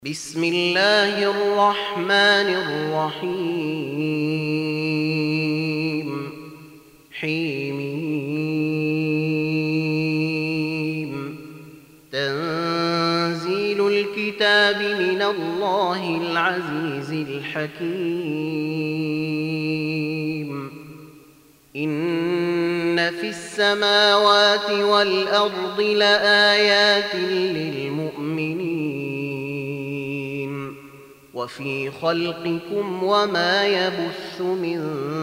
بسم الله الرحمن الرحيم حميم تنزيل الكتاب من الله العزيز الحكيم إن في السماوات والأرض لآيات للمؤمنين وفي خلقكم وما يبث من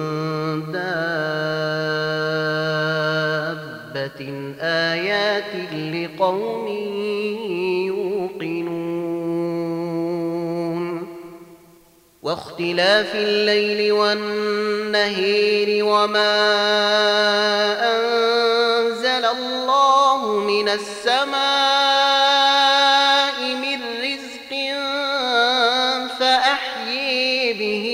دابة آيات لقوم يوقنون واختلاف الليل والنهار وما أنزل الله من السماء من رزق فأحيي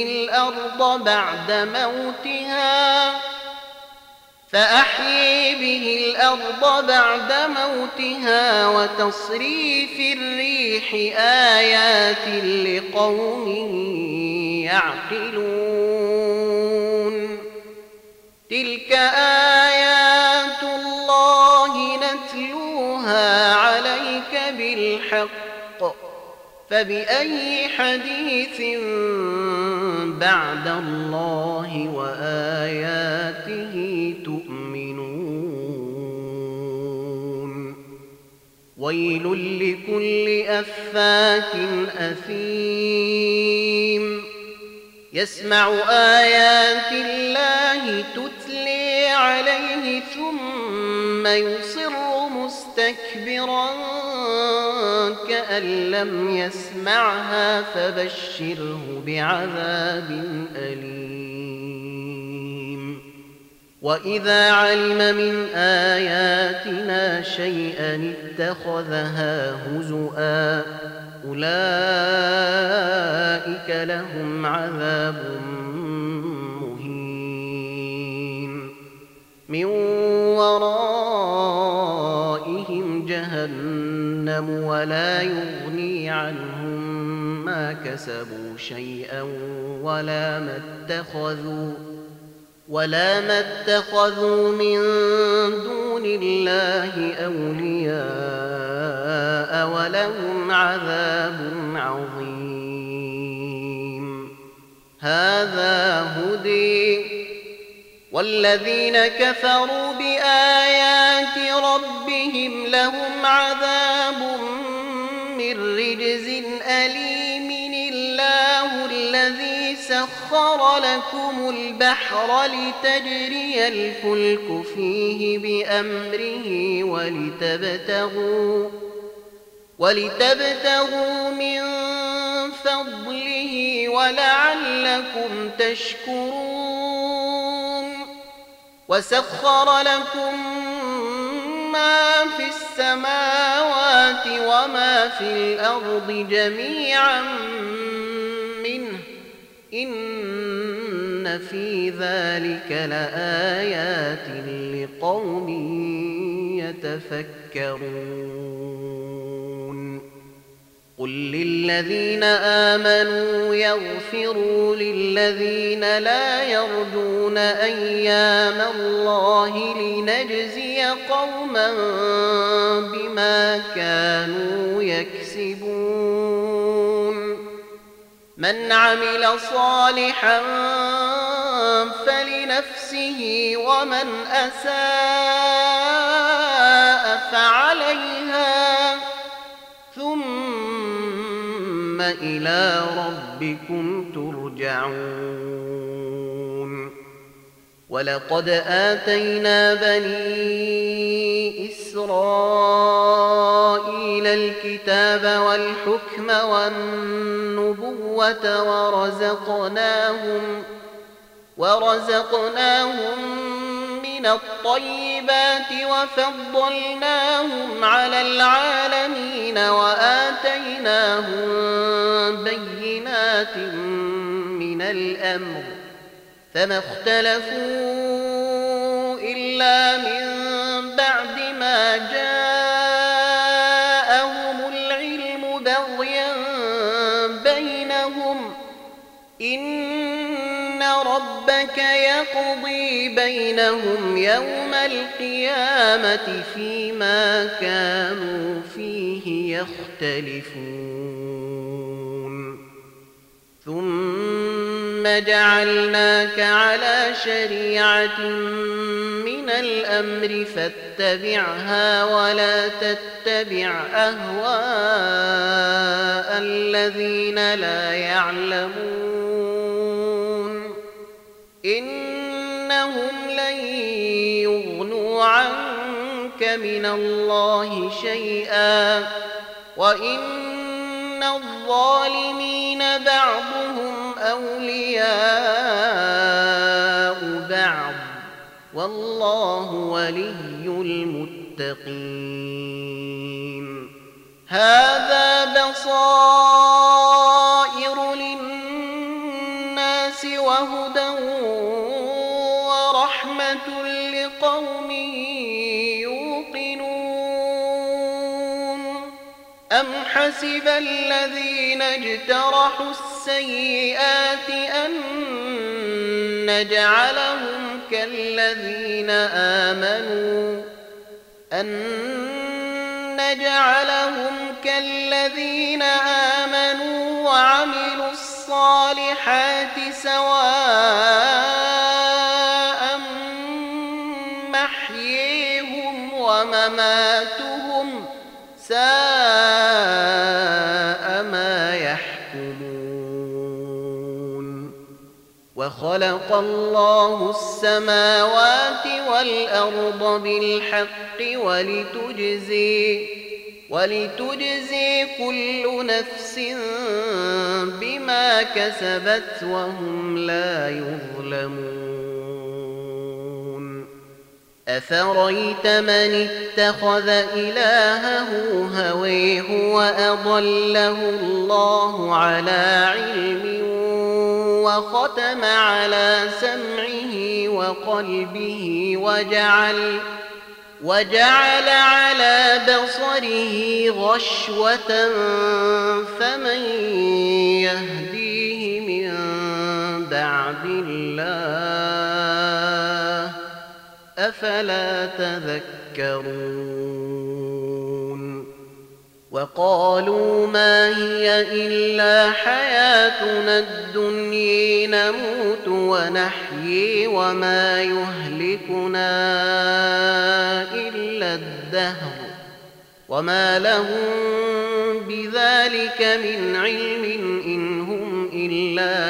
به الأرض بعد موتها وتصريف الريح آيات لقوم يعقلون تلك آيات الله نتلوها عليك بالحق فبأي حديث بعد الله وآياته تؤمنون ويل لكل أفاك أثيم يسمع آيات الله تتلي عليه ثم يصر مستكبرا كأن لم يسمعها فبشره بعذاب أليم وإذا علم من آياتنا شيئا اتخذها هزؤا أولئك لهم عذاب مهين من ورائهم جهنم ولا يغني عنهم ما كسبوا شيئا ولا ما اتخذوا من دون الله أولياء ولهم عذاب عظيم هذا هدي والذين كفروا بآيات ربهم لهم عذاب من رجز أليم الله الذي سخر لكم البحر لتجري الفلك فيه بأمره ولتبتغوا من فضله ولعلكم تشكرون وسخر لكم ما في السماوات وما في الأرض جميعا منه إن في ذلك لآيات لقوم يتفكرون قل للذين آمنوا يغفروا للذين لا يرجون أيام الله لنجزي قوما بما كانوا يكسبون من عمل صالحا فلنفسه ومن أساء فعليها ثم إلى ربكم ترجعون ولقد آتينا بني إسرائيل الكتاب والحكم والنبوة ورزقناهم من الطيبات وفضلناهم على العالمين وآتيناهم بينات من الأمر فما اختلفوا إلا من بعد ما جاءهم العلم بغيا إن ربك يقضي بينهم يوم القيامة فيما كانوا فيه يختلفون ثم جعلناك على شريعة من الأمر فاتبعها ولا تتبع أهواء الذين لا يعلمون إنهم لن يغنوا عنك من الله شيئا وإن الظالمين بعضهم أولياء بعض والله ولي المتقين هذا بصائر للناس وهدى ورحمة لقوم يوقنون أم حسب الذين اجترحوا السيئات أن نجعلهم كالذين آمنوا وعملوا الصالحات سواء محييهم ومماتهم ساء ما يحكمون وخلق الله السماوات والأرض بالحق ولتجزي كل نفس بما كسبت وهم لا يظلمون أفريت من اتخذ إلهه هويه وأضله الله على علم وختم على سمعه وقلبه وجعل على بصره غشوة فمن يهديه من بعد الله أفلا تذكرون وقالوا ما هي إلا حياتنا الدنيا نموت ونحيي وما يهلكنا إلا الدهر وما لهم بذلك من علم إن هم إلا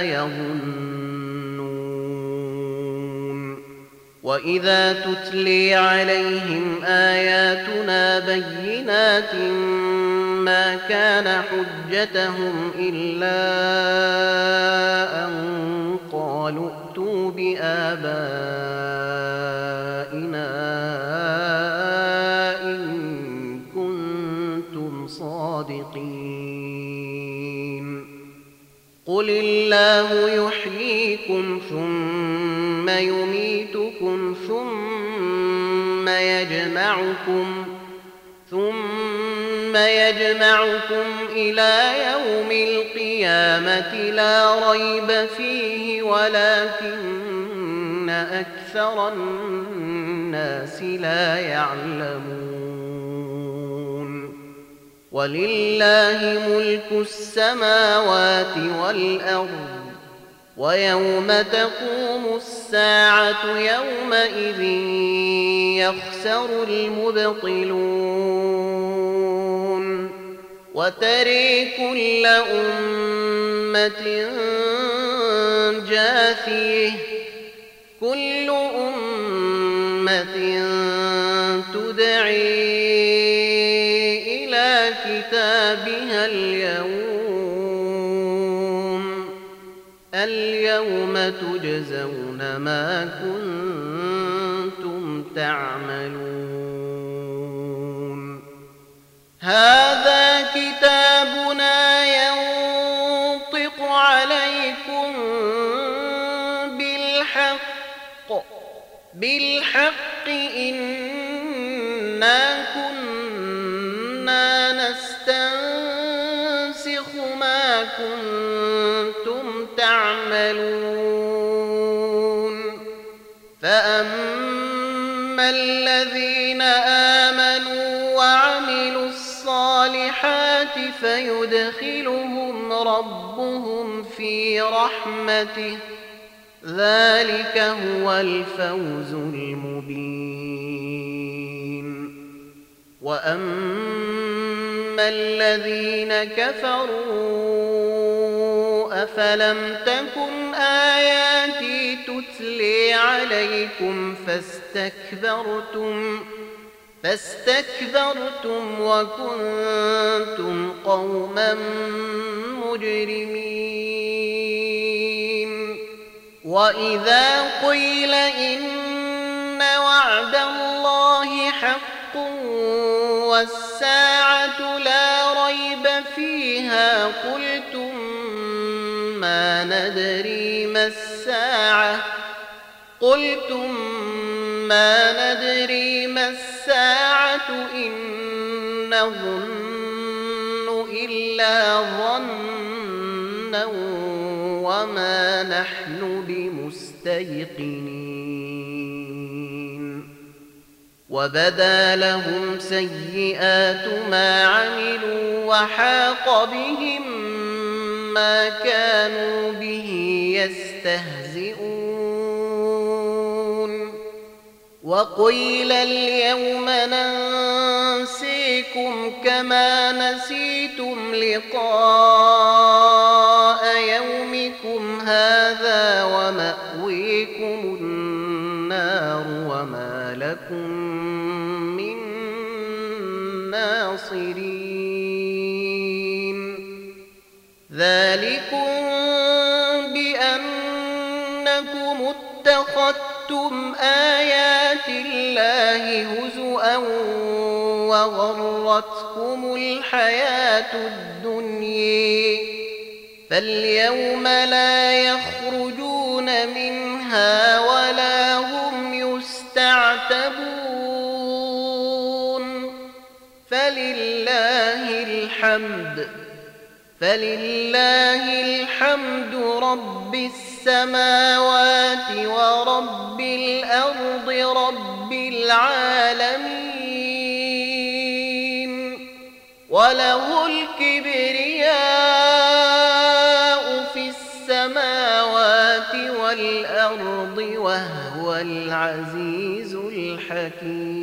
يظنون وإذا تتلي عليهم آياتنا بينات ما كان حجتهم إلا أن قالوا ائتوا بآبائنا إن كنتم صادقين قل الله يحييكم ثم يميتكم ثم يجمعكم إلى يوم القيامة لا ريب فيه ولكن أكثر الناس لا يعلمون ولله ملك السماوات والأرض ويوم تقوم الساعة يومئذ يخسر المبطلون وترى كل أمة جاثية كل أمة تدعي إلى كتابها اليوم تجزون ما كنتم تعملون هذا كتابنا ينطق عليكم بالحق إنا كنا نستنسخ ما ما كنتم تعملون فأما الذين آمنوا وعملوا الصالحات فيدخلهم ربهم في رحمته ذلك هو الفوز المبين وأما الذين كفروا أفلم تكن آياتي تتلي عليكم فاستكبرتم وكنتم قوما مجرمين وإذا قيل إن وعد الله حق والساعة لا ريب فيها قلتم ما ندري ما الساعة إن نظن إلا ظنا وما نحن بمستيقنين وبدا لهم سيئات ما عملوا وحاق بهم ما كانوا به يستهزئون وقيل اليوم ننسيكم كما نسيتم لقاء يومكم هذا ومأويكم النار وما لكم من ناصرين ذلكم بأنكم اتخذتم آيات الله هزؤا وغرتكم الحياة الدنيا فاليوم لا يخرجون منها ولا هم يستعتبون فلله الحمد رب السماوات ورب الأرض رب العالمين وله الكبرياء في السماوات والأرض وهو العزيز الحكيم